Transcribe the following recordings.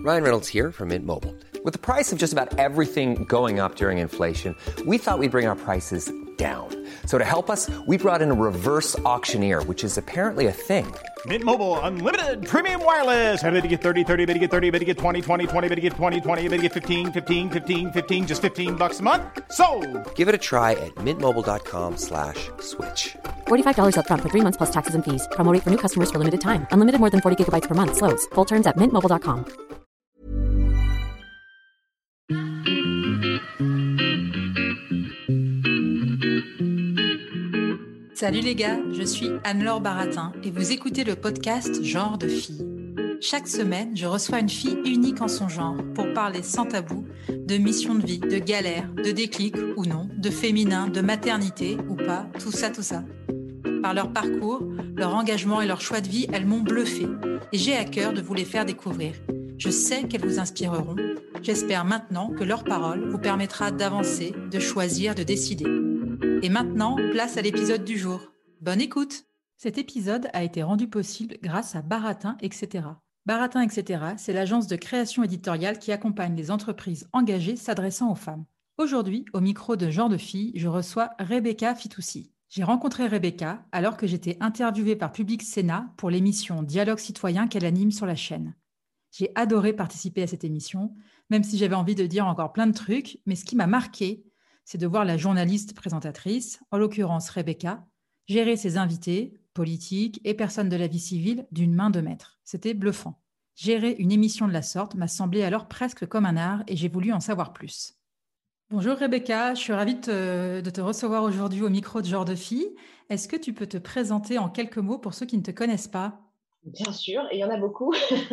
Ryan Reynolds here from Mint Mobile. With the price of just about everything going up during inflation, we thought we'd bring our prices down. So to help us, we brought in a reverse auctioneer, which is apparently a thing. Mint Mobile Unlimited Premium Wireless. How to get 30, 30, bit to get 30, bit to get 20, 20, 20, bit to get 20, 20, bit to get 15, 15, 15, 15, just $15 a month? Sold! Give it a try at mintmobile.com/switch. $45 up front for 3 months plus taxes and fees. Promo rate for new customers for limited time. Unlimited more than 40 gigabytes per month. Slows full terms at mintmobile.com. Salut les gars, je suis Anne-Laure Baratin et vous écoutez le podcast Genre de fille. Chaque semaine, je reçois une fille unique en son genre pour parler sans tabou de mission de vie, de galère, de déclic ou non, de féminin, de maternité ou pas, tout ça. Par leur parcours, leur engagement et leur choix de vie, elles m'ont bluffé et j'ai à cœur de vous les faire découvrir. Je sais qu'elles vous inspireront. J'espère maintenant que leur parole vous permettra d'avancer, de choisir, de décider. Et maintenant, place à l'épisode du jour. Bonne écoute! Cet épisode a été rendu possible grâce à Baratin, etc. Baratin, etc., c'est l'agence de création éditoriale qui accompagne les entreprises engagées s'adressant aux femmes. Aujourd'hui, au micro de Genre de fille, je reçois Rebecca Fitoussi. J'ai rencontré Rebecca alors que j'étais interviewée par Public Sénat pour l'émission Dialogue citoyen qu'elle anime sur la chaîne. J'ai adoré participer à cette émission, même si j'avais envie de dire encore plein de trucs, mais ce qui m'a marqué, c'est de voir la journaliste présentatrice, en l'occurrence Rebecca, gérer ses invités, politiques et personnes de la vie civile d'une main de maître. C'était bluffant. Gérer une émission de la sorte m'a semblé alors presque comme un art et j'ai voulu en savoir plus. Bonjour Rebecca, je suis ravie de te recevoir aujourd'hui au micro de Genre de fille. Est-ce que tu peux te présenter en quelques mots pour ceux qui ne te connaissent pas ? Bien sûr, et il y en a beaucoup.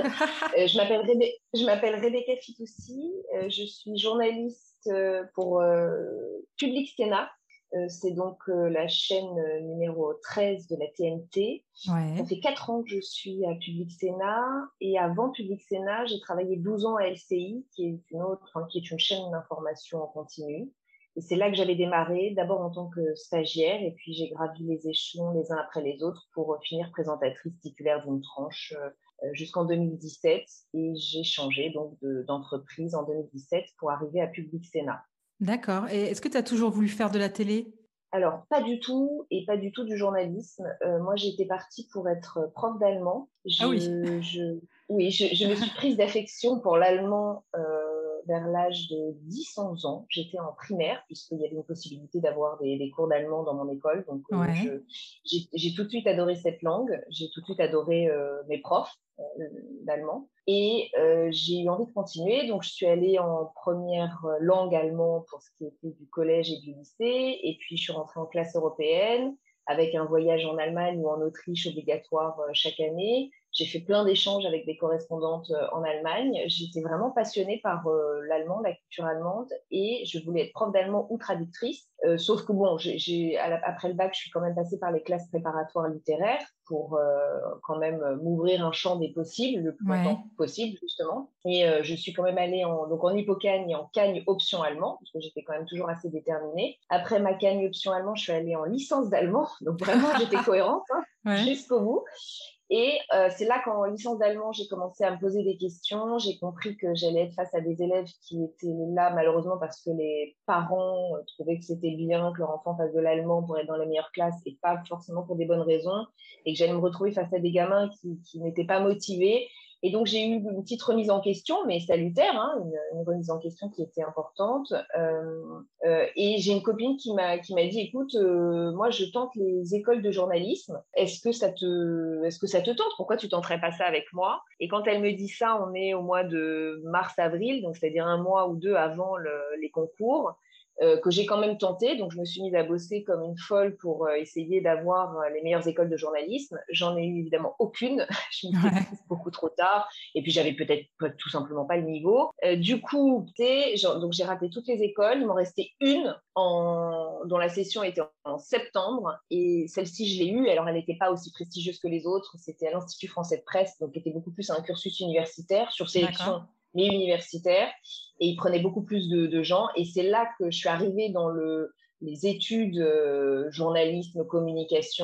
Je m'appelle Rebecca Fitoussi, je suis journaliste pour Public Sénat. C'est donc la chaîne numéro 13 de la TNT. Ouais. Ça fait 4 ans que je suis à Public Sénat et avant Public Sénat, j'ai travaillé 12 ans à LCI, qui est une chaîne d'information en continu. Et c'est là que j'avais démarré, d'abord en tant que stagiaire, et puis j'ai gravi les échelons les uns après les autres pour finir présentatrice titulaire d'une tranche jusqu'en 2017. Et j'ai changé donc d'entreprise en 2017 pour arriver à Public Sénat. D'accord. Et est-ce que tu as toujours voulu faire de la télé ? Alors, pas du tout, et pas du tout du journalisme. Moi, j'étais partie pour être prof d'allemand. Oui. Je me suis prise d'affection pour l'allemand vers l'âge de 10-11 ans. J'étais en primaire, puisqu'il y avait une possibilité d'avoir des cours d'allemand dans mon école. Donc, j'ai tout de suite adoré cette langue. J'ai tout de suite adoré mes profs d'allemand. Et j'ai eu envie de continuer. Donc, je suis allée en première langue allemande pour ce qui était du collège et du lycée. Et puis, je suis rentrée en classe européenne avec un voyage en Allemagne ou en Autriche obligatoire chaque année. J'ai fait plein d'échanges avec des correspondantes en Allemagne. J'étais vraiment passionnée par l'allemand, la culture allemande, et je voulais être prof d'allemand ou traductrice. Sauf que bon, après le bac, je suis quand même passée par les classes préparatoires littéraires pour quand même m'ouvrir un champ des possibles le plus longtemps possible, justement. Et je suis quand même allée en Hippocagne et en Cagne option allemand, parce que j'étais quand même toujours assez déterminée. Après ma Cagne option allemand, je suis allée en licence d'allemand, donc vraiment j'étais cohérente jusqu'au bout. Et c'est là qu'en licence d'allemand, j'ai commencé à me poser des questions. J'ai compris que j'allais être face à des élèves qui étaient là malheureusement parce que les parents trouvaient que c'était bien que leur enfant fasse de l'allemand pour être dans les meilleures classes et pas forcément pour des bonnes raisons. Et que j'allais me retrouver face à des gamins qui n'étaient pas motivés. Et donc, j'ai eu une petite remise en question, mais salutaire, une remise en question qui était importante. Et j'ai une copine qui m'a dit, écoute, moi, je tente les écoles de journalisme. Est-ce que ça te tente? Pourquoi tu tenterais pas ça avec moi? Et quand elle me dit ça, on est au mois de mars-avril, donc c'est-à-dire un mois ou deux avant les concours. Que j'ai quand même tenté, donc je me suis mise à bosser comme une folle pour essayer d'avoir les meilleures écoles de journalisme. J'en ai eu évidemment aucune, je me disais que c'était beaucoup trop tard, et puis j'avais peut-être tout simplement pas le niveau. Du coup, donc j'ai raté toutes les écoles, il m'en restait une dont la session était en septembre, et celle-ci je l'ai eue. Alors elle n'était pas aussi prestigieuse que les autres, c'était à l'Institut français de presse, donc qui était beaucoup plus un cursus universitaire sur sélection. Mais universitaire, et il prenait beaucoup plus de gens. Et c'est là que je suis arrivée dans les études journalisme, communication.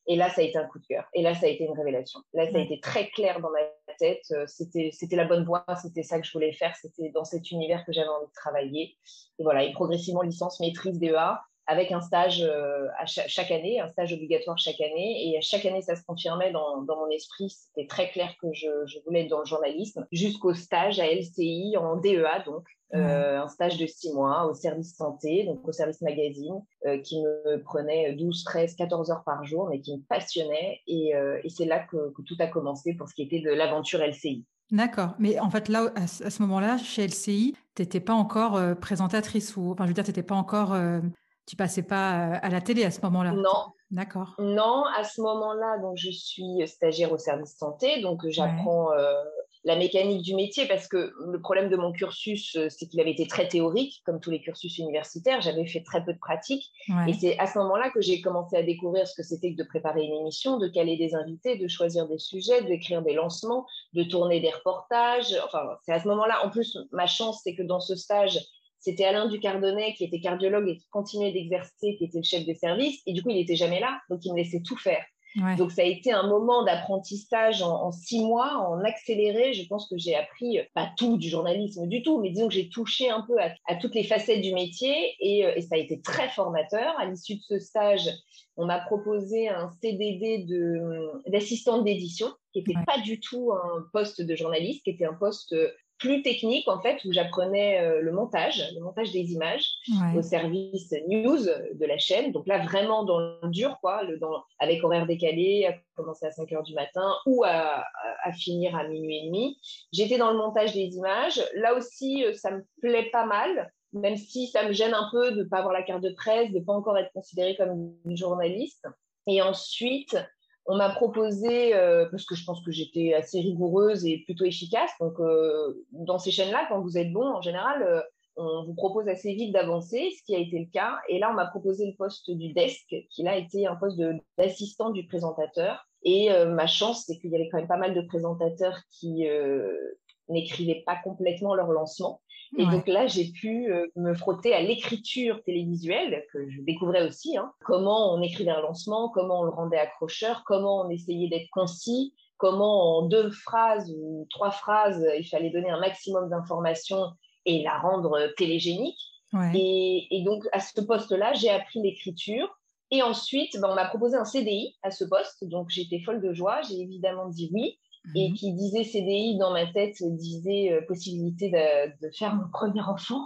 Et là, ça a été un coup de cœur. Et là, ça a été une révélation. Là, ça a été très clair dans ma tête. C'était la bonne voie. C'était ça que je voulais faire. C'était dans cet univers que j'avais envie de travailler. Et voilà, et progressivement, licence, maîtrise, DEA, avec un stage à chaque année, un stage obligatoire chaque année. Et à chaque année, ça se confirmait dans mon esprit. C'était très clair que je voulais être dans le journalisme, jusqu'au stage à LCI en DEA, donc. Un stage de 6 mois au service santé, donc au service magazine, qui me prenait 12, 13, 14 heures par jour, mais qui me passionnait. Et c'est là que tout a commencé pour ce qui était de l'aventure LCI. D'accord. Mais en fait, là, à ce moment-là, chez LCI, tu n'étais pas encore présentatrice enfin, je veux dire, tu n'étais pas encore... tu passais pas à la télé à ce moment-là? Non. D'accord. Non, à ce moment-là, donc, je suis stagiaire au service santé, donc j'apprends... la mécanique du métier, parce que le problème de mon cursus, c'est qu'il avait été très théorique, comme tous les cursus universitaires. J'avais fait très peu de pratique. Et c'est à ce moment-là que j'ai commencé à découvrir ce que c'était que de préparer une émission, de caler des invités, de choisir des sujets, d'écrire des lancements, de tourner des reportages. Enfin, c'est à ce moment-là. En plus, ma chance, c'est que dans ce stage, c'était Alain Ducardonnet, qui était cardiologue et qui continuait d'exercer, qui était le chef de service. Et du coup, il n'était jamais là, donc il me laissait tout faire. Donc, ça a été un moment d'apprentissage en 6 mois, en accéléré. Je pense que j'ai appris, pas tout du journalisme du tout, mais disons que j'ai touché un peu à toutes les facettes du métier et ça a été très formateur. À l'issue de ce stage, on m'a proposé un CDD d'assistante d'édition, qui n'était pas du tout un poste de journaliste, qui était un poste plus technique, en fait, où j'apprenais le montage des images au service news de la chaîne. Donc là, vraiment dans le dur, quoi, avec horaire décalé, à commencer à 5 heures du matin ou à finir à minuit et demi. J'étais dans le montage des images. Là aussi, ça me plaît pas mal, même si ça me gêne un peu de ne pas avoir la carte de presse, de ne pas encore être considérée comme une journaliste. Et ensuite... on m'a proposé, parce que je pense que j'étais assez rigoureuse et plutôt efficace, donc dans ces chaînes-là, quand vous êtes bon, en général, on vous propose assez vite d'avancer, ce qui a été le cas. Et là, on m'a proposé le poste du desk, qui là a été un poste d'assistant du présentateur. Et ma chance, c'est qu'il y avait quand même pas mal de présentateurs qui n'écrivaient pas complètement leur lancement. Et donc là, j'ai pu me frotter à l'écriture télévisuelle, que je découvrais aussi, comment on écrivait un lancement, comment on le rendait accrocheur, comment on essayait d'être concis, comment en 2 phrases ou 3 phrases, il fallait donner un maximum d'informations et la rendre télégénique. Et donc, à ce poste-là, j'ai appris l'écriture. Et ensuite, on m'a proposé un CDI à ce poste. Donc, j'étais folle de joie. J'ai évidemment dit oui. Et qui disait CDI dans ma tête disait possibilité de faire mon premier enfant.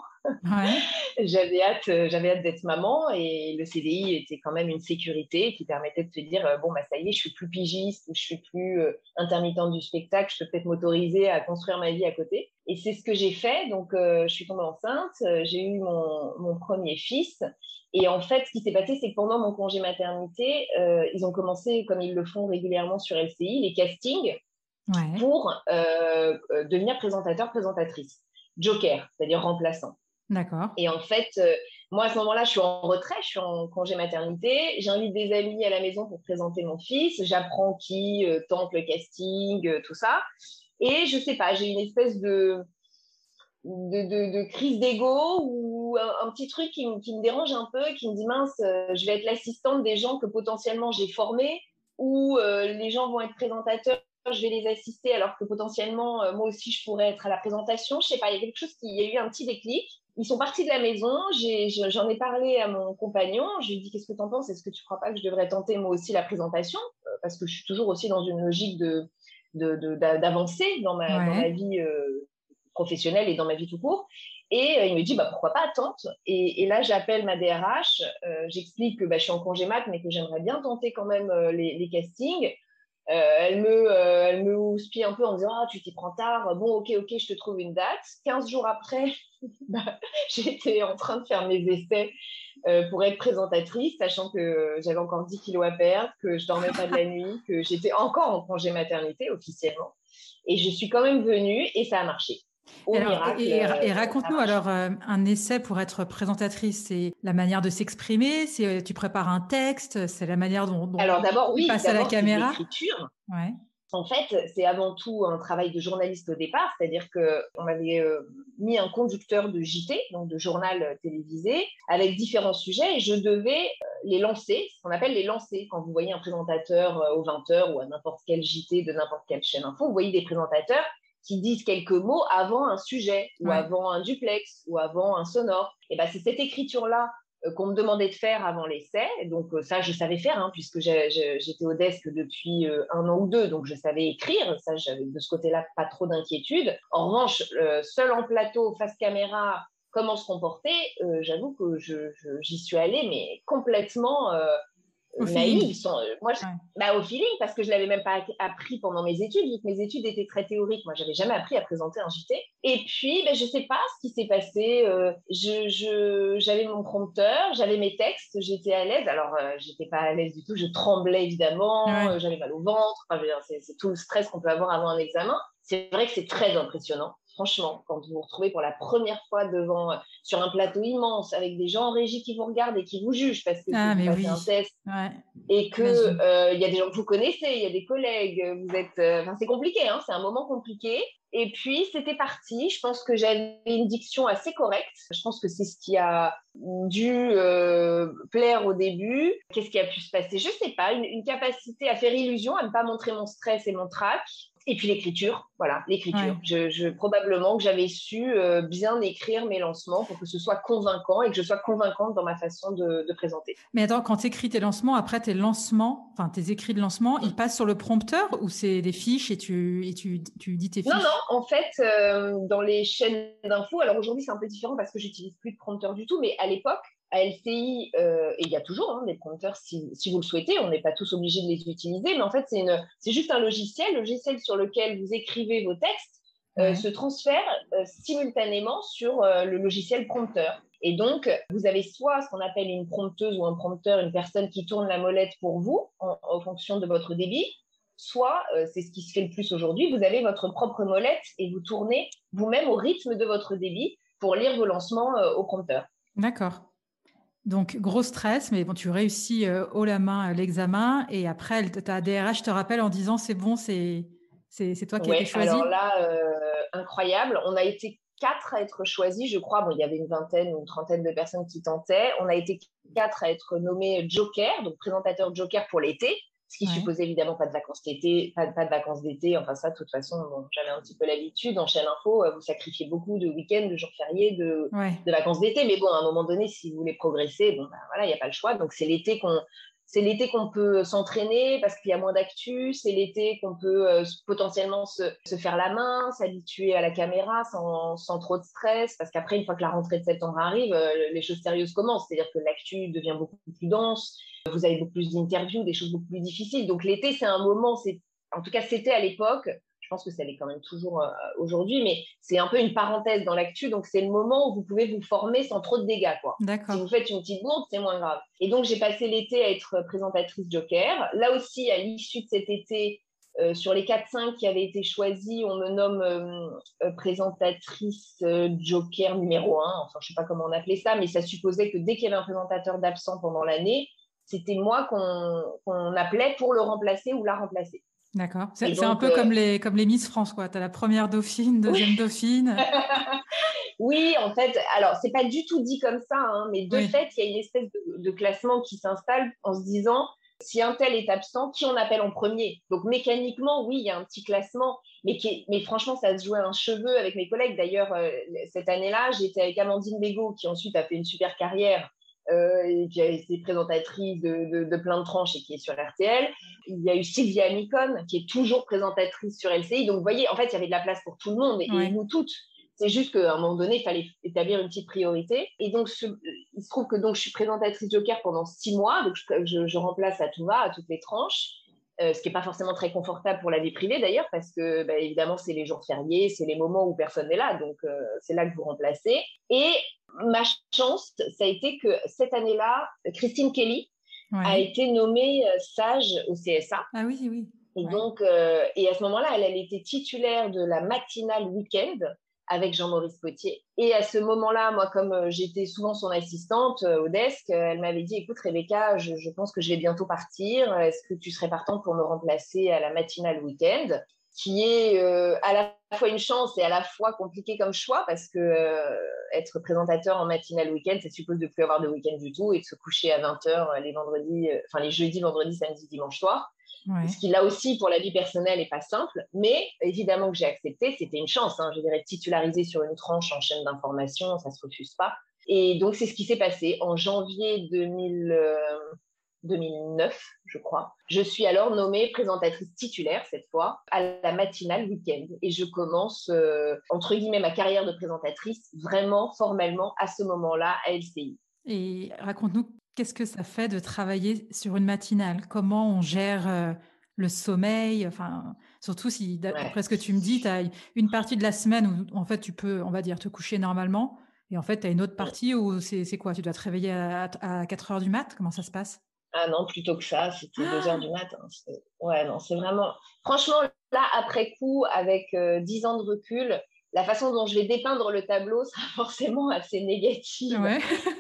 J'avais hâte d'être maman et le CDI était quand même une sécurité qui permettait de te dire ça y est, je suis plus pigiste, je suis plus intermittente du spectacle, je peux peut-être m'autoriser à construire ma vie à côté. Et c'est ce que j'ai fait. Donc je suis tombée enceinte, j'ai eu mon premier fils. Et en fait, ce qui s'est passé, c'est que pendant mon congé maternité, ils ont commencé, comme ils le font régulièrement sur LCI, les castings pour devenir présentatrice. Joker, c'est-à-dire remplaçant. D'accord. Et en fait, moi, à ce moment-là, je suis en retrait, je suis en congé maternité. J'invite des amis à la maison pour présenter mon fils. J'apprends qui tente le casting, tout ça. Et je sais pas, j'ai une espèce de crise d'ego ou un petit truc qui me dérange un peu, qui me dit mince, je vais être l'assistante des gens que potentiellement j'ai formés ou les gens vont être présentateurs, je vais les assister alors que potentiellement moi aussi je pourrais être à la présentation. Je sais pas, il y a quelque chose il y a eu un petit déclic. Ils sont partis de la maison, j'en ai parlé à mon compagnon, je lui ai dit qu'est-ce que tu en penses, est-ce que tu crois pas que je devrais tenter moi aussi la présentation, parce que je suis toujours aussi dans une logique d'avancer dans ma vie professionnelle et dans ma vie tout court. Et il me dit pourquoi pas, tente. Et là j'appelle ma DRH, j'explique que je suis en congé mat mais que j'aimerais bien tenter quand même les castings. Elle me houspille un peu en disant tu t'y prends tard, bon ok je te trouve une date. 15 jours après j'étais en train de faire mes essais pour être présentatrice, sachant que j'avais encore 10 kilos à perdre, que je dormais pas de la nuit, que j'étais encore en congé maternité officiellement, et je suis quand même venue et ça a marché. Et raconte-nous alors un essai pour être présentatrice, c'est la manière de s'exprimer, tu prépares un texte, c'est la manière dont alors d'abord tu passes à la caméra. L'écriture. En fait, c'est avant tout un travail de journaliste au départ, c'est-à-dire qu'on avait mis un conducteur de JT, donc de journal télévisé, avec différents sujets et je devais les lancer, ce qu'on appelle les lancer. Quand vous voyez un présentateur aux 20h ou à n'importe quel JT de n'importe quelle chaîne info, vous voyez des présentateurs qui disent quelques mots avant un sujet ou avant un duplex ou avant un sonore. Et ben, c'est cette écriture-là qu'on me demandait de faire avant l'essai. Donc ça, je savais faire, puisque j'étais au desk depuis 1 an ou 2, donc je savais écrire. Ça, j'avais de ce côté-là pas trop d'inquiétude. En revanche, seul en plateau, face caméra, comment se comporter, j'avoue que j'y suis allée, mais complètement naïve. Au feeling, parce que je ne l'avais même pas appris pendant mes études, vu que mes études étaient très théoriques. Moi, je n'avais jamais appris à présenter un JT. Et puis, je ne sais pas ce qui s'est passé. J'avais mon prompteur, j'avais mes textes, j'étais à l'aise. Alors, je n'étais pas à l'aise du tout, je tremblais évidemment, j'avais mal au ventre. Enfin, c'est tout le stress qu'on peut avoir avant un examen. C'est vrai que c'est très impressionnant. Franchement, quand vous vous retrouvez pour la première fois sur un plateau immense avec des gens en régie qui vous regardent et qui vous jugent parce que vous passez un test et que y a des gens que vous connaissez, il y a des collègues, vous êtes, c'est compliqué, c'est un moment compliqué. Et puis, c'était parti. Je pense que j'avais une diction assez correcte. Je pense que c'est ce qui a dû plaire au début. Qu'est-ce qui a pu se passer? Je ne sais pas. Une capacité à faire illusion, à ne pas montrer mon stress et mon trac. Et puis l'écriture, l'écriture. Probablement que j'avais su bien écrire mes lancements pour que ce soit convaincant et que je sois convaincante dans ma façon de présenter. Mais attends, quand tu écris tes lancements, après tes écrits de lancement, ils passent sur le prompteur ou c'est des fiches et tu dis tes fiches? Non, en fait, dans les chaînes d'infos, alors aujourd'hui c'est un peu différent parce que j'utilise plus de prompteur du tout, mais à l'époque, à LCI, et il y a toujours des prompteurs si vous le souhaitez, on n'est pas tous obligés de les utiliser, mais en fait c'est juste un logiciel sur lequel vous écrivez vos textes, se transfère simultanément sur le logiciel prompteur. Et donc, vous avez soit ce qu'on appelle une prompteuse ou un prompteur, une personne qui tourne la molette pour vous en fonction de votre débit, soit, c'est ce qui se fait le plus aujourd'hui, vous avez votre propre molette et vous tournez vous-même au rythme de votre débit pour lire vos lancements au prompteur. D'accord. Donc, gros stress, mais bon, tu réussis haut la main l'examen et après, ta DRH te rappelle en disant c'est bon, c'est toi qui as été choisi. Alors là, incroyable. On a été 4 à être choisis, je crois. Bon, il y avait une vingtaine ou une trentaine de personnes qui tentaient. On a été 4 à être nommés joker, donc présentateur joker pour l'été, ce qui supposait évidemment pas de vacances d'été, pas de vacances d'été. Enfin ça, de toute façon, j'avais un petit peu l'habitude. En chaîne info, vous sacrifiez beaucoup de week-ends, de jours fériés, de vacances d'été. Mais bon, à un moment donné, si vous voulez progresser, il n'y a pas le choix. Donc c'est l'été qu'on peut s'entraîner parce qu'il y a moins d'actu. C'est l'été qu'on peut potentiellement se faire la main, s'habituer à la caméra sans trop de stress. Parce qu'après, une fois que la rentrée de septembre arrive, les choses sérieuses commencent. C'est-à-dire que l'actu devient beaucoup plus dense. Vous avez beaucoup plus d'interviews, des choses beaucoup plus difficiles. Donc l'été, c'est un moment, en tout cas c'était à l'époque, je pense que ça l'est quand même toujours aujourd'hui, mais c'est un peu une parenthèse dans l'actu. Donc c'est le moment où vous pouvez vous former sans trop de dégâts, quoi. D'accord. Si vous faites une petite bourde, c'est moins grave. Et donc j'ai passé l'été à être présentatrice joker. Là aussi, à l'issue de cet été, sur les 4-5 qui avaient été choisis, on me nomme présentatrice joker numéro 1. Enfin, je ne sais pas comment on appelait ça, mais ça supposait que dès qu'il y avait un présentateur d'absent pendant l'année, c'était moi qu'on appelait pour le remplacer ou la remplacer. D'accord. C'est un peu comme les Miss France, quoi. Tu as la première dauphine, deuxième dauphine. Oui, en fait, alors, c'est pas du tout dit comme ça, mais de fait, il y a une espèce de classement qui s'installe en se disant, si un tel est absent, qui on appelle en premier? Donc, mécaniquement, oui, il y a un petit classement, mais franchement, ça se jouait un cheveu avec mes collègues. D'ailleurs, cette année-là, j'étais avec Amandine Bégaud, qui ensuite a fait une super carrière, et qui a été présentatrice de plein de tranches et qui est sur RTL. Il y a eu Sylvia Micon qui est toujours présentatrice sur LCI. Donc vous voyez, en fait, il y avait de la place pour tout le monde et nous toutes. C'est juste qu'à un moment donné, il fallait établir une petite priorité. Et donc, il se trouve que je suis présentatrice joker pendant 6 mois. Donc je remplace à tout va, à toutes les tranches. Ce qui n'est pas forcément très confortable pour la vie privée d'ailleurs, parce que évidemment, c'est les jours fériés, c'est les moments où personne n'est là. Donc c'est là que vous remplacez. Et ma chance, ça a été que cette année-là, Christine Kelly a été nommée sage au CSA. Ah oui. Et donc, et à ce moment-là, elle était titulaire de la matinale week-end avec Jean-Maurice Potier. Et à ce moment-là, moi, comme j'étais souvent son assistante au desk, elle m'avait dit, écoute Rebecca, je pense que je vais bientôt partir. Est-ce que tu serais partante pour me remplacer à la matinale week-end, qui est à la fois une chance et à la fois compliqué comme choix, parce que être présentateur en matinale week-end, ça suppose de ne plus avoir de week-end du tout et de se coucher à 20h les jeudis, vendredis, samedis, dimanche soir. Ouais. Ce qui, là aussi, pour la vie personnelle, n'est pas simple. Mais évidemment que j'ai accepté. C'était une chance. Je dirais, titularisée sur une tranche en chaîne d'information, ça ne se refuse pas. Et donc, c'est ce qui s'est passé en janvier 2009, je crois. Je suis alors nommée présentatrice titulaire, cette fois, à la matinale week-end. Et je commence, entre guillemets, ma carrière de présentatrice vraiment, formellement, à ce moment-là, à LCI. Et raconte-nous, qu'est-ce que ça fait de travailler sur une matinale? Comment on gère le sommeil? Enfin, surtout si, d'après ce que tu me dis, tu as une partie de la semaine où, en fait, tu peux, on va dire, te coucher normalement. Et en fait, tu as une autre partie où c'est quoi? Tu dois te réveiller à 4 heures du mat'? Comment ça se passe? Ah non, plutôt que ça, c'était 2h du matin. Ouais, non, c'est vraiment... Franchement, là, après coup, avec 10 ans de recul, la façon dont je vais dépeindre le tableau sera forcément assez négative. Ouais.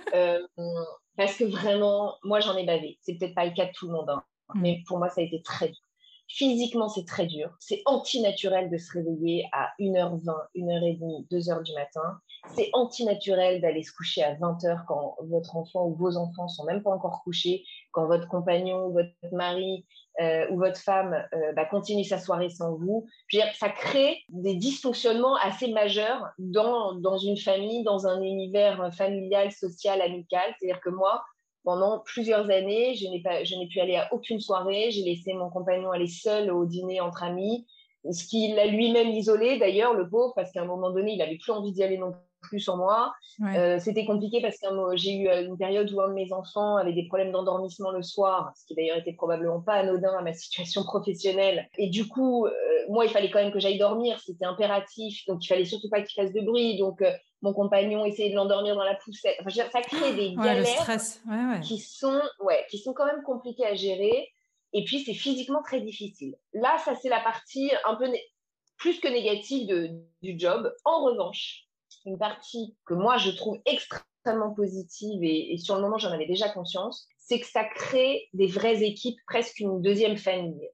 Parce que vraiment, moi, j'en ai bavé. C'est peut-être pas le cas de tout le monde, mais pour moi, ça a été très dur. Physiquement, c'est très dur. C'est antinaturel de se réveiller à 1h20, 1h30, 2h du matin. C'est antinaturel d'aller se coucher à 20h quand votre enfant ou vos enfants sont même pas encore couchés, quand votre compagnon ou votre mari ou votre femme continue sa soirée sans vous. Je veux dire, ça crée des dysfonctionnements assez majeurs dans une famille, dans un univers familial, social, amical. C'est-à-dire que moi, pendant plusieurs années, je n'ai pu aller à aucune soirée. J'ai laissé mon compagnon aller seul au dîner entre amis, ce qui l'a lui-même isolé d'ailleurs, le pauvre, parce qu'à un moment donné, il n'avait plus envie d'y aller non plus sans moi. Ouais. C'était compliqué parce que j'ai eu une période où un de mes enfants avait des problèmes d'endormissement le soir, ce qui d'ailleurs était probablement pas anodin à ma situation professionnelle. Et du coup, moi, il fallait quand même que j'aille dormir, c'était impératif, donc il fallait surtout pas qu'il fasse de bruit. Donc, mon compagnon essayait de l'endormir dans la poussette. Enfin, ça crée des galères le stress. Ouais. qui sont quand même compliquées à gérer. Et puis, c'est physiquement très difficile. Là, ça, c'est la partie un peu plus que négative du job. En revanche, une partie que moi, je trouve extrêmement positive, et sur le moment, j'en avais déjà conscience, c'est que ça crée des vraies équipes, presque une deuxième famille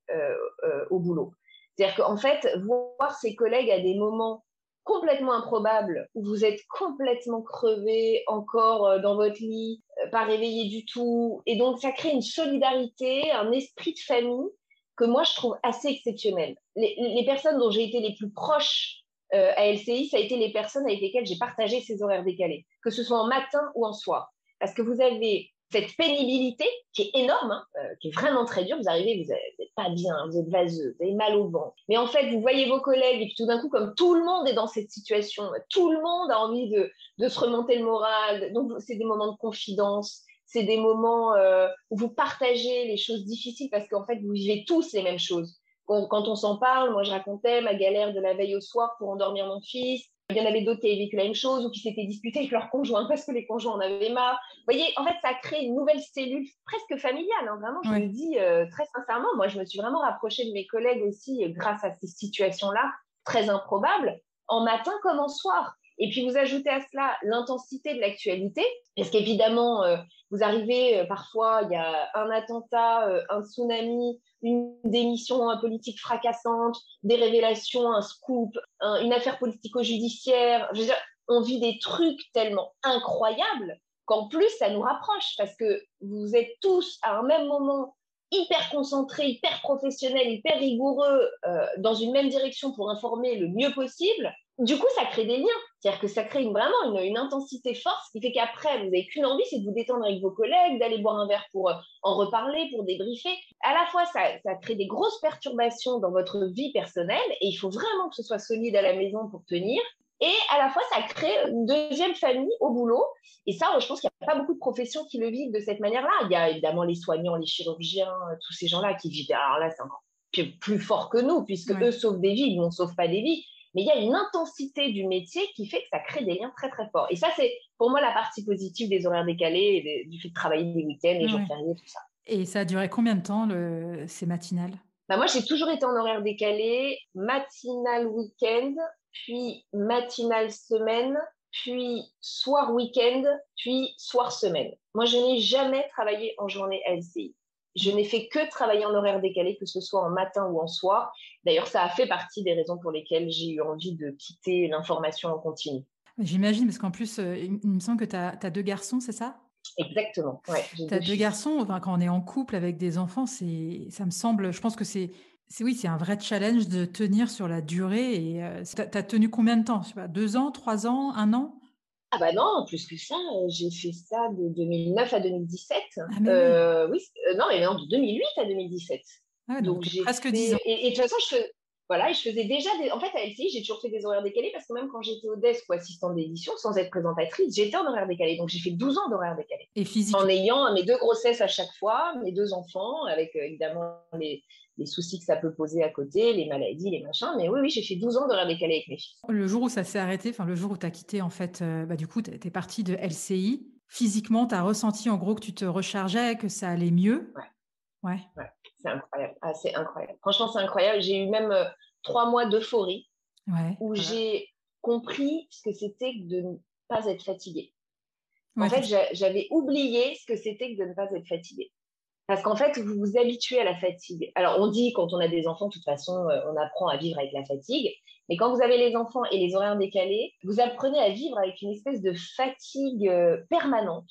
au boulot. C'est-à-dire qu'en fait, voir ses collègues à des moments complètement improbables, où vous êtes complètement crevé, encore dans votre lit, pas réveillé du tout. Et donc, ça crée une solidarité, un esprit de famille que moi, je trouve assez exceptionnel. Les personnes dont j'ai été les plus proches à LCI, ça a été les personnes avec lesquelles j'ai partagé ces horaires décalés, que ce soit en matin ou en soir. Parce que vous avez cette pénibilité qui est énorme, qui est vraiment très dure. Vous arrivez, vous n'êtes pas bien, vous êtes vaseux, vous avez mal au ventre. Mais en fait, vous voyez vos collègues et puis tout d'un coup, comme tout le monde est dans cette situation, tout le monde a envie de se remonter le moral. Donc, c'est des moments de confidence, c'est des moments où vous partagez les choses difficiles parce qu'en fait, vous vivez tous les mêmes choses. Quand on s'en parle, moi, je racontais ma galère de la veille au soir pour endormir mon fils. Il y en avait d'autres qui avaient vécu la même chose ou qui s'étaient disputés avec leurs conjoints parce que les conjoints en avaient marre. Vous voyez, en fait, ça crée une nouvelle cellule presque familiale. Vraiment, je le dis très sincèrement. Moi, je me suis vraiment rapprochée de mes collègues aussi grâce à ces situations-là très improbables, en matin comme en soir. Et puis, vous ajoutez à cela l'intensité de l'actualité, parce qu'évidemment, vous arrivez parfois, il y a un attentat, un tsunami, une démission politique fracassante, des révélations, un scoop, une affaire politico-judiciaire. Je veux dire, on vit des trucs tellement incroyables qu'en plus, ça nous rapproche parce que vous êtes tous à un même moment hyper concentrés, hyper professionnels, hyper rigoureux dans une même direction pour informer le mieux possible. Du coup, ça crée des liens. C'est-à-dire que ça crée vraiment une intensité force qui fait qu'après, vous n'avez qu'une envie, c'est de vous détendre avec vos collègues, d'aller boire un verre pour en reparler, pour débriefer. À la fois, ça crée des grosses perturbations dans votre vie personnelle et il faut vraiment que ce soit solide à la maison pour tenir. Et à la fois, ça crée une deuxième famille au boulot. Et ça, je pense qu'il n'y a pas beaucoup de professions qui le vivent de cette manière-là. Il y a évidemment les soignants, les chirurgiens, tous ces gens-là qui vivent. Alors là, c'est encore plus fort que nous, puisque eux sauvent des vies, nous, on ne sauve pas des vies. Mais il y a une intensité du métier qui fait que ça crée des liens très, très forts. Et ça, c'est pour moi la partie positive des horaires décalés, et du fait de travailler des week-ends, les jours fériés, tout ça. Et ça a duré combien de temps, ces matinales ? Moi, j'ai toujours été en horaire décalé, matinale, week-end. puis matinale semaine, puis soir week-end, puis soir semaine. Moi, je n'ai jamais travaillé en journée à LCI. Je n'ai fait que travailler en horaire décalé, que ce soit en matin ou en soir. D'ailleurs, ça a fait partie des raisons pour lesquelles j'ai eu envie de quitter l'information en continu. J'imagine, parce qu'en plus, il me semble que tu as 2 garçons, c'est ça? Exactement, ouais. Tu as 2 garçons, enfin, quand on est en couple avec des enfants, ça me semble, je pense que c'est un vrai challenge de tenir sur la durée. Et tu as tenu combien de temps? Je sais pas, 2 ans, 3 ans, 1 an? Ah bah non, plus que ça, j'ai fait ça de 2009 à 2017. Ah mais oui. Oui, non, mais non, de 2008 à 2017, Ah ouais, donc j'ai presque fait... 10 ans. Et de toute façon, voilà, je faisais déjà en fait, à LCI, j'ai toujours fait des horaires décalés parce que même quand j'étais au desk ou assistante d'édition, sans être présentatrice, j'étais en horaire décalé. Donc, j'ai fait 12 ans d'horaire décalé. Et physique. En ayant mes 2 grossesses à chaque fois, mes 2 enfants, avec évidemment les soucis que ça peut poser à côté, les maladies, les machins. Mais oui, j'ai fait 12 ans d'horaire décalé avec mes filles. Le jour où ça s'est arrêté, enfin le jour où tu as quitté, en fait, du coup, tu es partie de LCI. Physiquement, tu as ressenti en gros que tu te rechargeais, que ça allait mieux? Ouais. C'est incroyable. Ah, c'est incroyable. Franchement, c'est incroyable. J'ai eu même 3 mois d'euphorie où j'ai compris ce que c'était que de ne pas être fatiguée. En fait, j'avais oublié ce que c'était que de ne pas être fatiguée. Parce qu'en fait, vous vous habituez à la fatigue. Alors, on dit quand on a des enfants, de toute façon, on apprend à vivre avec la fatigue. Mais quand vous avez les enfants et les horaires décalés, vous apprenez à vivre avec une espèce de fatigue permanente.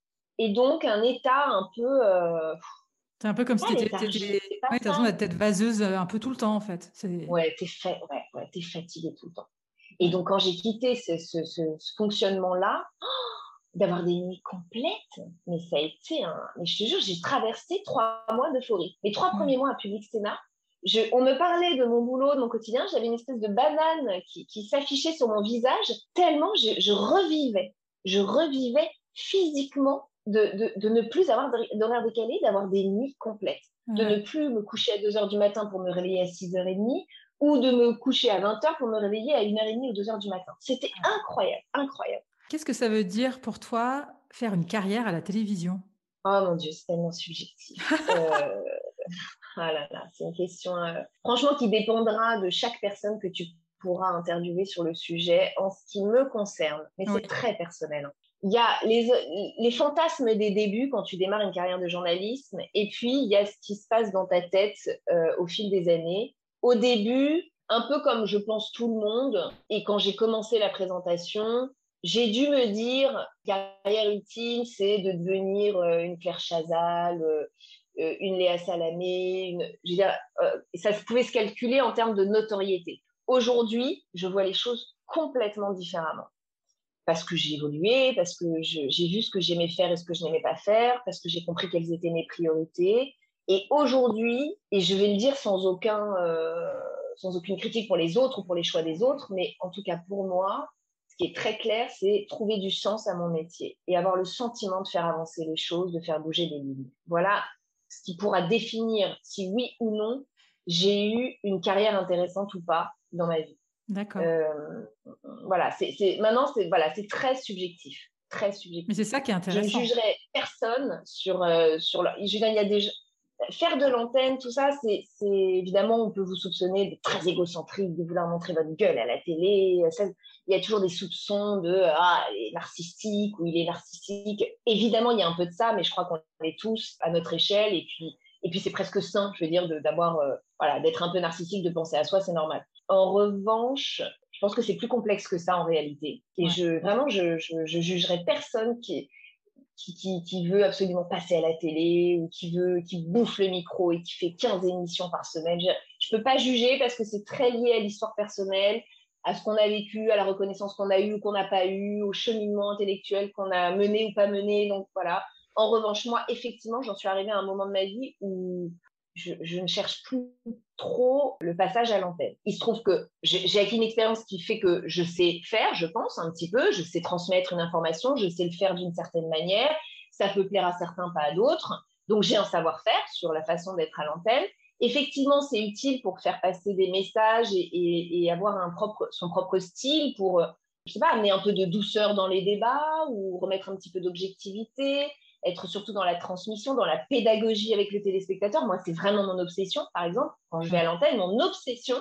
Et donc, un état un peu... c'est un peu comme si tu as l'impression d'être vaseuse un peu tout le temps, en fait. Ouais, t'es fatiguée tout le temps. Et donc, quand j'ai quitté ce fonctionnement-là, d'avoir des nuits complètes, mais ça a été mais je te jure, j'ai traversé 3 mois d'euphorie. Les 3 premiers mois à Public Sénat, on me parlait de mon boulot, de mon quotidien, j'avais une espèce de banane qui s'affichait sur mon visage, tellement je revivais physiquement de ne plus avoir d'horaire décalé, d'avoir des nuits complètes, de ne plus me coucher à 2h du matin pour me réveiller à 6h30, ou de me coucher à 20h pour me réveiller à 1h30 ou 2h du matin. C'était incroyable, incroyable. Qu'est-ce que ça veut dire pour toi, faire une carrière à la télévision? Oh mon Dieu, c'est tellement subjectif. Ah là là, c'est une question, franchement, qui dépendra de chaque personne que tu pourras interviewer sur le sujet. En ce qui me concerne, mais c'est très personnel. Il y a les fantasmes des débuts quand tu démarres une carrière de journalisme, et puis il y a ce qui se passe dans ta tête au fil des années. Au début, un peu comme je pense tout le monde, et quand j'ai commencé la présentation, j'ai dû me dire, carrière ultime, c'est de devenir une Claire Chazal, une Léa Salamé, je veux dire, ça pouvait se calculer en termes de notoriété. Aujourd'hui, je vois les choses complètement différemment. Parce que j'ai évolué, parce que j'ai vu ce que j'aimais faire et ce que je n'aimais pas faire, parce que j'ai compris quelles étaient mes priorités. Et aujourd'hui, et je vais le dire sans aucune critique pour les autres ou pour les choix des autres, mais en tout cas pour moi, ce qui est très clair, c'est trouver du sens à mon métier et avoir le sentiment de faire avancer les choses, de faire bouger les lignes. Voilà ce qui pourra définir si oui ou non j'ai eu une carrière intéressante ou pas dans ma vie. D'accord. Voilà, c'est très subjectif, très subjectif. Mais c'est ça qui est intéressant. Je ne jugerai personne sur il y a des faire de l'antenne, tout ça, c'est évidemment, on peut vous soupçonner d'être très égocentrique, de vouloir montrer votre gueule à la télé. Il y a toujours des soupçons de il est narcissique ou il est narcissique. Évidemment, il y a un peu de ça, mais je crois qu'on est tous à notre échelle. Et puis c'est presque sain, je veux dire, d'être un peu narcissique, de penser à soi, c'est normal. En revanche, je pense que c'est plus complexe que ça en réalité. Et je jugerai personne qui veut absolument passer à la télé ou qui bouffe le micro et qui fait 15 émissions par semaine. Je peux pas juger parce que c'est très lié à l'histoire personnelle, à ce qu'on a vécu, à la reconnaissance qu'on a eue ou qu'on n'a pas eue, au cheminement intellectuel qu'on a mené ou pas mené. Donc voilà. En revanche, moi, effectivement, j'en suis arrivée à un moment de ma vie où je ne cherche plus trop le passage à l'antenne. Il se trouve que j'ai acquis une expérience qui fait que je sais faire, je pense, un petit peu. Je sais transmettre une information, je sais le faire d'une certaine manière. Ça peut plaire à certains, pas à d'autres. Donc, j'ai un savoir-faire sur la façon d'être à l'antenne. Effectivement, c'est utile pour faire passer des messages et avoir son propre style pour, je sais pas, amener un peu de douceur dans les débats ou remettre un petit peu d'objectivité, être surtout dans la transmission, dans la pédagogie avec le téléspectateur. Moi, c'est vraiment mon obsession, par exemple. Quand je vais à l'antenne, mon obsession,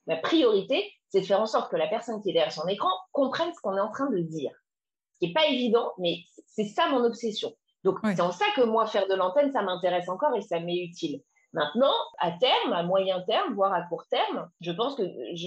Ma priorité, c'est de faire en sorte que la personne qui est derrière son écran comprenne ce qu'on est en train de dire. Ce qui n'est pas évident, mais c'est ça mon obsession. Donc, c'est en ça que moi, faire de l'antenne, ça m'intéresse encore et ça m'est utile. Maintenant, à terme, à moyen terme, voire à court terme, je pense que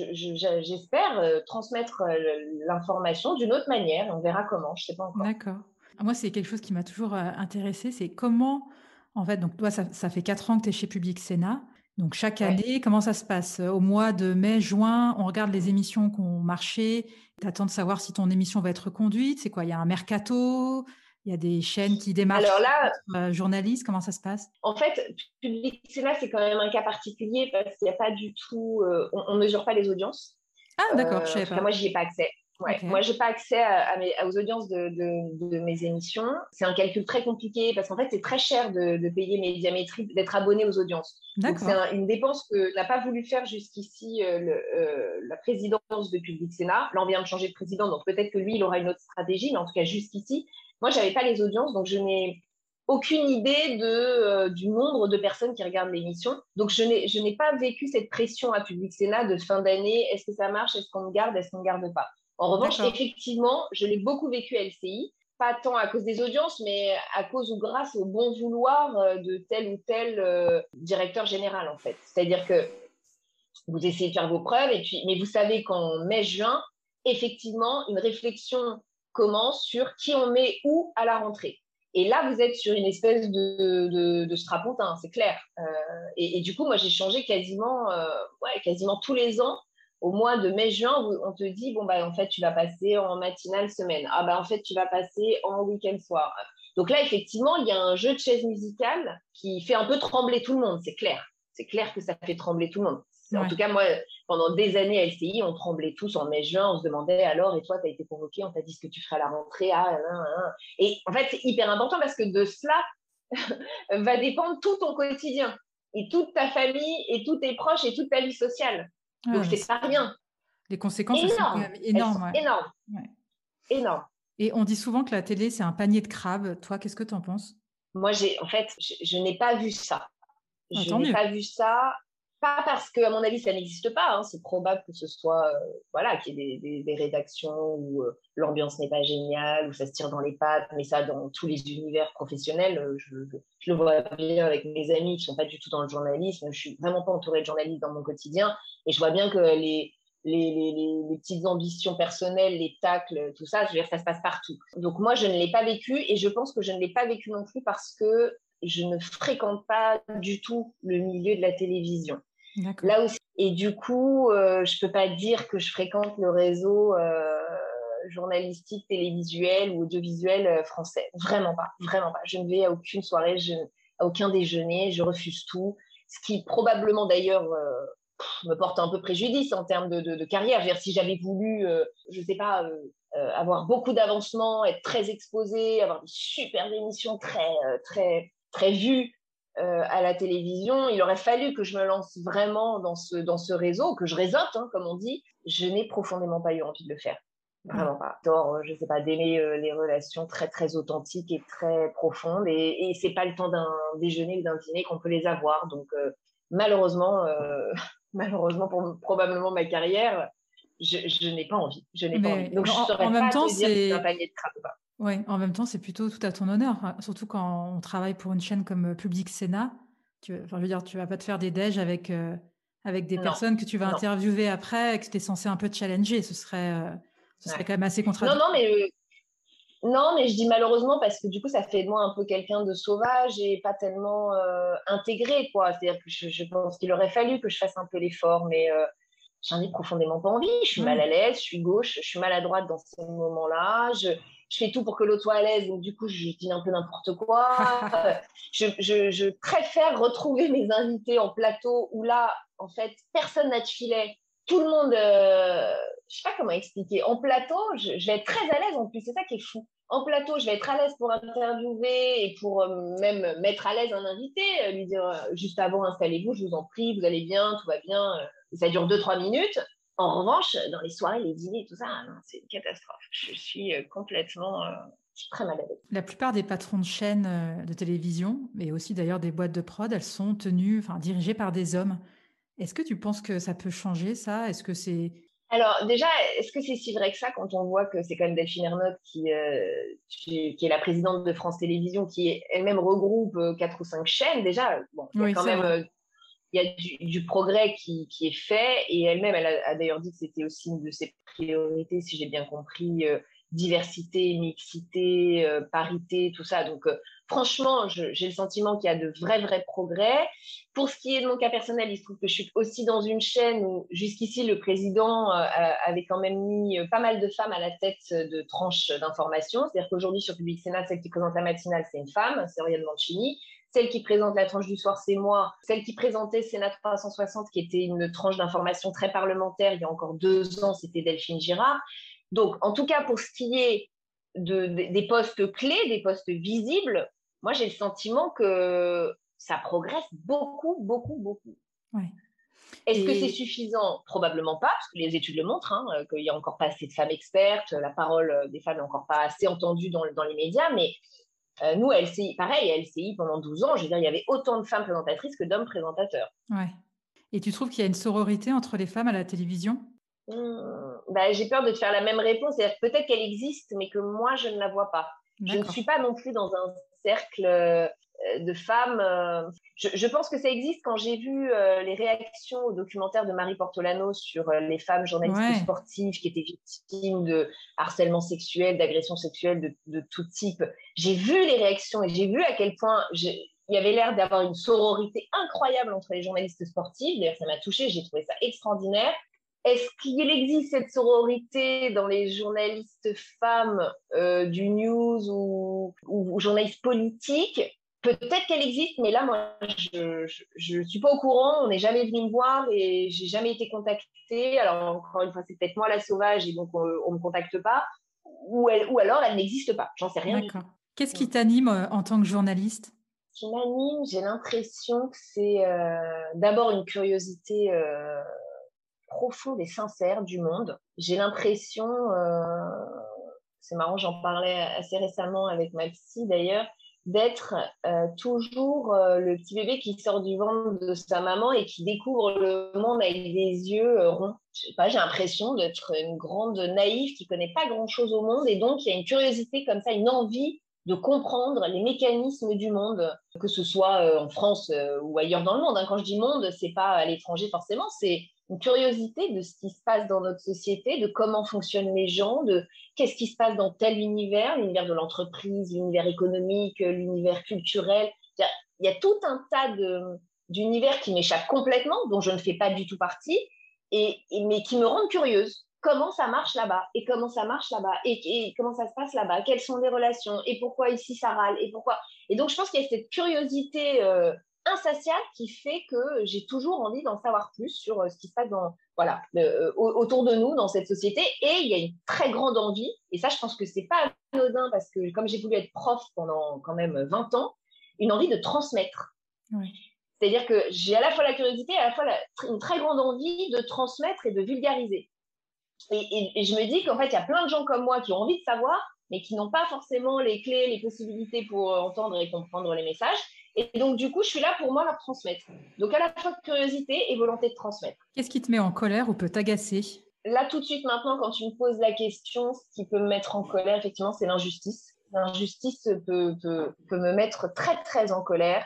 j'espère transmettre l'information d'une autre manière. On verra comment, je ne sais pas encore. D'accord. Moi, c'est quelque chose qui m'a toujours intéressée, c'est comment, en fait, donc toi, ça fait 4 ans que tu es chez Public Sénat. Donc, chaque année, comment ça se passe? Au mois de mai, juin, on regarde les émissions qui ont marché. Tu attends de savoir si ton émission va être reconduite. C'est quoi? Il y a un mercato? Il y a des chaînes qui démarchent journalistes? Comment ça se passe? En fait, Public Sénat, c'est quand même un cas particulier parce qu'il n'y a pas du tout... on ne mesure pas les audiences. Ah, d'accord, je ne savais pas. Moi, je n'y ai pas accès. Okay. Moi, je n'ai pas accès aux audiences de mes émissions. C'est un calcul très compliqué parce qu'en fait, c'est très cher de payer Médiamétrie, d'être abonné aux audiences. Donc, c'est une dépense que n'a pas voulu faire jusqu'ici la présidence de Public Sénat. Là, on vient de changer de président, donc peut-être que lui, il aura une autre stratégie, mais en tout cas, jusqu'ici, moi, je n'avais pas les audiences, donc je n'ai aucune idée du nombre de personnes qui regardent l'émission. Donc, je n'ai pas vécu cette pression à Public Sénat de fin d'année. Est-ce que ça marche? Est-ce qu'on me garde? Est-ce qu'on ne garde pas? En revanche, effectivement, je l'ai beaucoup vécu à LCI, pas tant à cause des audiences, mais à cause ou grâce au bon vouloir de tel ou tel directeur général, en fait. C'est-à-dire que vous essayez de faire vos preuves, mais vous savez qu'en mai-juin, effectivement, une réflexion commence sur qui on met où à la rentrée. Et là, vous êtes sur une espèce de strapontin, c'est clair. Et du coup, moi, j'ai changé quasiment tous les ans. Au mois de mai-juin, on te dit, en fait, tu vas passer en matinale semaine. En fait, tu vas passer en week-end soir. Donc là, effectivement, il y a un jeu de chaises musicales qui fait un peu trembler tout le monde, c'est clair. C'est clair que ça fait trembler tout le monde. Ouais. En tout cas, moi, pendant des années à LCI, on tremblait tous en mai-juin. On se demandait, alors, et toi, tu as été convoqué, on t'a dit ce que tu ferais à la rentrée. Et en fait, c'est hyper important parce que de cela va dépendre tout ton quotidien et toute ta famille et tous tes proches et toute ta vie sociale. Donc, c'est pas rien. Les conséquences sont quand même énormes. Énormes. Et on dit souvent que la télé, c'est un panier de crabes. Toi, qu'est-ce que tu en penses? Moi, je n'ai pas vu ça. Je n'ai pas vu ça. Pas parce que, à mon avis, ça n'existe pas. Hein. C'est probable que ce soit, qu'il y ait des rédactions où l'ambiance n'est pas géniale, où ça se tire dans les pattes, mais ça, dans tous les univers professionnels, je le vois bien avec mes amis qui ne sont pas du tout dans le journalisme. Je ne suis vraiment pas entourée de journalistes dans mon quotidien. Et je vois bien que les petites ambitions personnelles, les tacles, tout ça, je veux dire, ça se passe partout. Donc, moi, je ne l'ai pas vécu et je pense que je ne l'ai pas vécu non plus parce que je ne fréquente pas du tout le milieu de la télévision. D'accord. Là aussi. Et du coup, je peux pas dire que je fréquente le réseau journalistique, télévisuel ou audiovisuel français. Vraiment pas. Je ne vais à aucune soirée, à aucun déjeuner, je refuse tout. Ce qui probablement d'ailleurs me porte un peu préjudice en termes de carrière. Je veux dire, si j'avais voulu, avoir beaucoup d'avancement, être très exposée, avoir des super émissions très vues, à la télévision, il aurait fallu que je me lance vraiment dans ce réseau, que je réseaute, comme on dit. Je n'ai profondément pas eu envie de le faire. Vraiment pas. Je sais pas, d'aimer les relations très, très authentiques et très profondes. Et c'est pas le temps d'un déjeuner ou d'un dîner qu'on peut les avoir. Donc, malheureusement, pour probablement ma carrière, je n'ai pas envie. Pas envie. Donc, je ne saurais pas te dire si c'est un panier de crabes ou pas. Oui, en même temps, c'est plutôt tout à ton honneur, surtout quand on travaille pour une chaîne comme Public Sénat. Tu vas pas te faire des déj avec des personnes que tu vas interviewer après et que tu es censé un peu te challenger. Ce serait quand même assez contradictoire. Non, mais je dis malheureusement parce que du coup, ça fait de moi un peu quelqu'un de sauvage et pas tellement intégré, quoi. C'est-à-dire que je pense qu'il aurait fallu que je fasse un peu l'effort, mais j'en ai profondément pas envie. Je suis mal à l'aise, je suis gauche, je suis maladroite dans ces moments-là. Je fais tout pour que l'autre soit à l'aise, donc du coup, je dis un peu n'importe quoi. Je préfère retrouver mes invités en plateau où là, en fait, personne n'a de filet. Tout le monde, je sais pas comment expliquer. En plateau, je vais être très à l'aise en plus, c'est ça qui est fou. En plateau, je vais être à l'aise pour interviewer et pour même mettre à l'aise un invité, lui dire juste avant, installez-vous, je vous en prie, vous allez bien, tout va bien. Ça dure 2-3 minutes. En revanche, dans les soirées, les dîners, tout ça, non, c'est une catastrophe. Je suis complètement très mal à l'aise. La plupart des patrons de chaînes de télévision, mais aussi d'ailleurs des boîtes de prod, elles sont dirigées par des hommes. Est-ce que tu penses que ça peut changer, ça? Est-ce que c'est... Alors déjà, est-ce que c'est si vrai que ça quand on voit que c'est quand même Delphine Ernotte qui est la présidente de France Télévisions, qui elle-même regroupe 4 ou 5 chaînes déjà. Bon, il y a quand même il y a du progrès qui est fait, et elle-même, elle a d'ailleurs dit que c'était aussi une de ses priorités, si j'ai bien compris, diversité, mixité, parité, tout ça. Donc, franchement, j'ai le sentiment qu'il y a de vrais progrès. Pour ce qui est de mon cas personnel, il se trouve que je suis aussi dans une chaîne où, jusqu'ici, le président avait quand même mis pas mal de femmes à la tête de tranches d'information. C'est-à-dire qu'aujourd'hui, sur Public Sénat, celle qui présente la matinale, c'est une femme, c'est Oriane Mancini. Celle qui présente la tranche du soir, c'est moi. Celle qui présentait Sénat 360, qui était une tranche d'information très parlementaire, il y a encore 2 ans, c'était Delphine Girard. Donc, en tout cas, pour ce qui est des postes clés, des postes visibles, moi, j'ai le sentiment que ça progresse beaucoup. Ouais. Est-ce que c'est suffisant? Probablement pas, parce que les études le montrent, qu'il n'y a encore pas assez de femmes expertes, la parole des femmes n'est encore pas assez entendue dans les médias, mais nous, à LCI, pareil, à LCI, pendant 12 ans, je veux dire, il y avait autant de femmes présentatrices que d'hommes présentateurs. Ouais. Et tu trouves qu'il y a une sororité entre les femmes à la télévision? J'ai peur de te faire la même réponse. C'est-à-dire que peut-être qu'elle existe, mais que moi, je ne la vois pas. D'accord. Je ne suis pas non plus dans un cercle de femmes. Je pense que ça existe quand j'ai vu les réactions au documentaire de Marie Portolano sur les femmes journalistes sportives qui étaient victimes de harcèlement sexuel, d'agressions sexuelles de tout type. J'ai vu les réactions et j'ai vu à quel point il y avait l'air d'avoir une sororité incroyable entre les journalistes sportifs. D'ailleurs, ça m'a touchée, j'ai trouvé ça extraordinaire. Est-ce qu'il existe cette sororité dans les journalistes femmes du news ou journalistes politiques? Peut-être qu'elle existe, mais là, moi, je suis pas au courant. On n'est jamais venu me voir et j'ai jamais été contactée. Alors, encore une fois, c'est peut-être moi la sauvage et donc on me contacte pas. Ou alors, elle n'existe pas. J'en sais rien. D'accord. Qu'est-ce qui t'anime en tant que journaliste? Ce qui m'anime, j'ai l'impression que c'est d'abord une curiosité profonde et sincère du monde. J'ai l'impression, c'est marrant, j'en parlais assez récemment avec ma psy d'ailleurs, d'être toujours le petit bébé qui sort du ventre de sa maman et qui découvre le monde avec des yeux ronds. Je sais pas, j'ai l'impression d'être une grande naïve qui connaît pas grand-chose au monde, et donc il y a une curiosité comme ça, une envie de comprendre les mécanismes du monde, que ce soit en France ou ailleurs dans le monde. Quand je dis monde, c'est pas à l'étranger forcément, c'est une curiosité de ce qui se passe dans notre société, de comment fonctionnent les gens, de qu'est-ce qui se passe dans tel univers, l'univers de l'entreprise, l'univers économique, l'univers culturel. Il y a tout un tas d'univers qui m'échappent complètement, dont je ne fais pas du tout partie, mais qui me rendent curieuse. Comment ça marche là-bas, et comment ça marche là-bas, et comment ça se passe là-bas, quelles sont les relations, et pourquoi ici ça râle, et pourquoi. Et donc, je pense qu'il y a cette curiosité insatiable qui fait que j'ai toujours envie d'en savoir plus sur ce qui se passe autour de nous dans cette société. Et il y a une très grande envie, et ça, je pense que c'est pas anodin, parce que comme j'ai voulu être prof pendant quand même 20 ans, une envie de transmettre. Oui. C'est-à-dire que j'ai à la fois la curiosité et à la fois une très grande envie de transmettre et de vulgariser. Et je me dis qu'en fait, il y a plein de gens comme moi qui ont envie de savoir, mais qui n'ont pas forcément les clés, les possibilités pour entendre et comprendre les messages. Et donc, du coup, je suis là pour moi leur transmettre. Donc, à la fois curiosité et volonté de transmettre. Qu'est-ce qui te met en colère ou peut t'agacer? Là, tout de suite, maintenant, quand tu me poses la question, ce qui peut me mettre en colère, effectivement, c'est l'injustice. L'injustice peut me mettre très, très en colère.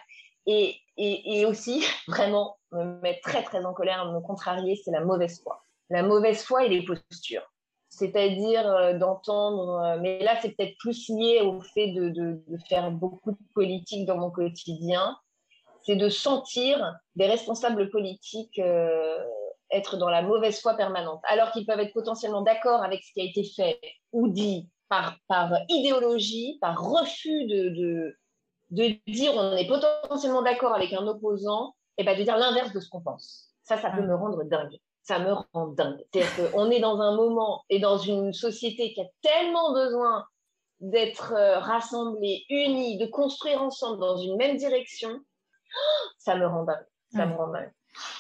Et aussi, vraiment, me mettre très, très en colère, me contrarier, c'est la mauvaise foi. La mauvaise foi et les postures. C'est-à-dire d'entendre, mais là c'est peut-être plus lié au fait de faire beaucoup de politique dans mon quotidien, c'est de sentir des responsables politiques être dans la mauvaise foi permanente, alors qu'ils peuvent être potentiellement d'accord avec ce qui a été fait ou dit par idéologie, par refus de dire on est potentiellement d'accord avec un opposant, et de dire l'inverse de ce qu'on pense. Ça peut me rendre dingue. Ça me rend dingue. C'est-à-dire qu'on est dans un moment et dans une société qui a tellement besoin d'être rassemblés, unis, de construire ensemble dans une même direction. Ça me rend dingue. Ça me rend dingue.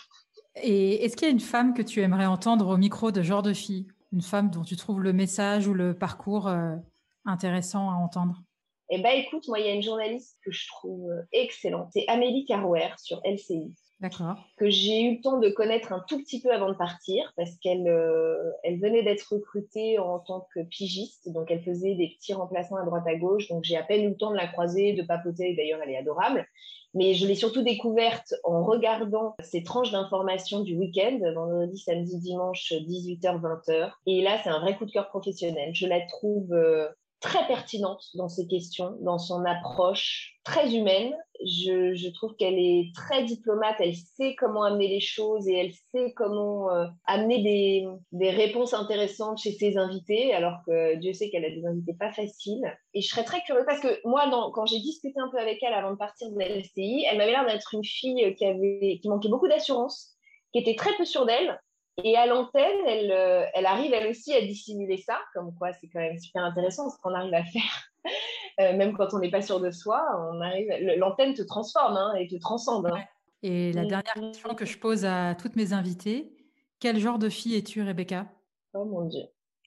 Et est-ce qu'il y a une femme que tu aimerais entendre au micro de Genre de Fille? Une femme dont tu trouves le message ou le parcours intéressant à entendre? Écoute, moi, il y a une journaliste que je trouve excellente. C'est Amélie Carouer sur LCI. D'accord. Que j'ai eu le temps de connaître un tout petit peu avant de partir, parce qu'elle venait d'être recrutée en tant que pigiste, donc elle faisait des petits remplacements à droite à gauche, donc j'ai à peine eu le temps de la croiser, de papoter, d'ailleurs elle est adorable, mais je l'ai surtout découverte en regardant ces tranches d'informations du week-end, vendredi, samedi, dimanche, 18h, 20h, et là c'est un vrai coup de cœur professionnel. Je la trouve très pertinente dans ses questions, dans son approche très humaine. Je trouve qu'elle est très diplomate, elle sait comment amener les choses et elle sait comment amener des réponses intéressantes chez ses invités, alors que Dieu sait qu'elle a des invités pas faciles. Et je serais très curieuse parce que moi, quand j'ai discuté un peu avec elle avant de partir de la LCI, elle m'avait l'air d'être une fille qui manquait beaucoup d'assurance, qui était très peu sûre d'elle. Et à l'antenne, elle arrive elle aussi à dissimuler ça, comme quoi c'est quand même super intéressant ce qu'on arrive à faire. Même quand on n'est pas sûr de soi, l'antenne te transforme et te transcende. Ouais. Et la dernière question que je pose à toutes mes invitées, quel genre de fille es-tu, Rebecca? Oh mon Dieu.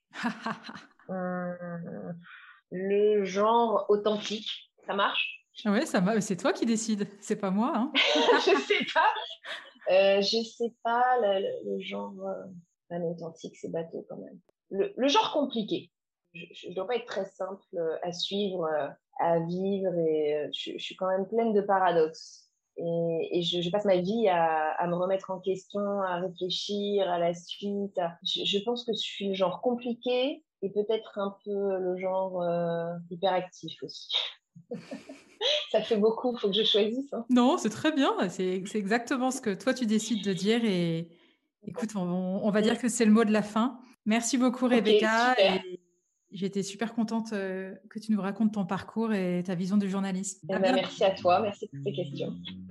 Le genre authentique, ça marche? Oui, ça marche. C'est toi qui décides, c'est pas moi. Hein. Je sais pas. Je sais pas, le genre authentique, c'est bateau quand même. Le genre compliqué. Je dois pas être très simple à suivre, à vivre, et je suis quand même pleine de paradoxes. Et je passe ma vie à me remettre en question, à réfléchir à la suite. Je pense que je suis le genre compliqué et peut-être un peu le genre hyperactif aussi. Ça fait beaucoup, il faut que je choisisse. Hein. Non, c'est très bien, c'est exactement ce que toi tu décides de dire et écoute, on va dire que c'est le mot de la fin. Merci beaucoup Rebecca. Okay, et j'étais super contente que tu nous racontes ton parcours et ta vision du journalisme. Merci à toi, merci pour tes questions.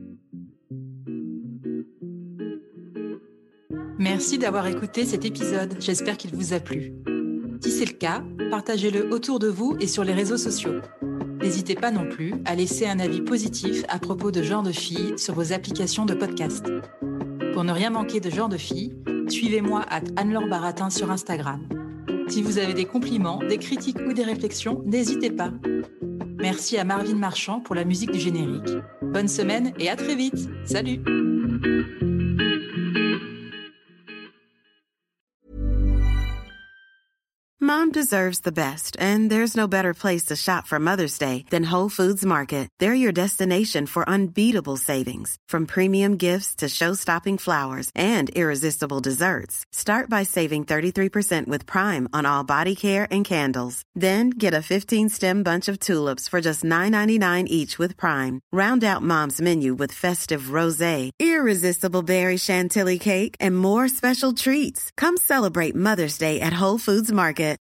Merci d'avoir écouté cet épisode, j'espère qu'il vous a plu. Si c'est le cas, partagez-le autour de vous et sur les réseaux sociaux. N'hésitez pas non plus à laisser un avis positif à propos de Genre de Filles sur vos applications de podcast. Pour ne rien manquer de Genre de Filles, suivez-moi @Anne-Laure Baratin sur Instagram. Si vous avez des compliments, des critiques ou des réflexions, n'hésitez pas. Merci à Marvin Marchand pour la musique du générique. Bonne semaine et à très vite. Salut! Mom deserves the best, and there's no better place to shop for Mother's Day than Whole Foods Market. They're your destination for unbeatable savings, from premium gifts to show-stopping flowers and irresistible desserts. Start by saving 33% with Prime on all body care and candles. Then get a 15-stem bunch of tulips for just $9.99 each with Prime. Round out Mom's menu with festive rosé, irresistible berry chantilly cake, and more special treats. Come celebrate Mother's Day at Whole Foods Market.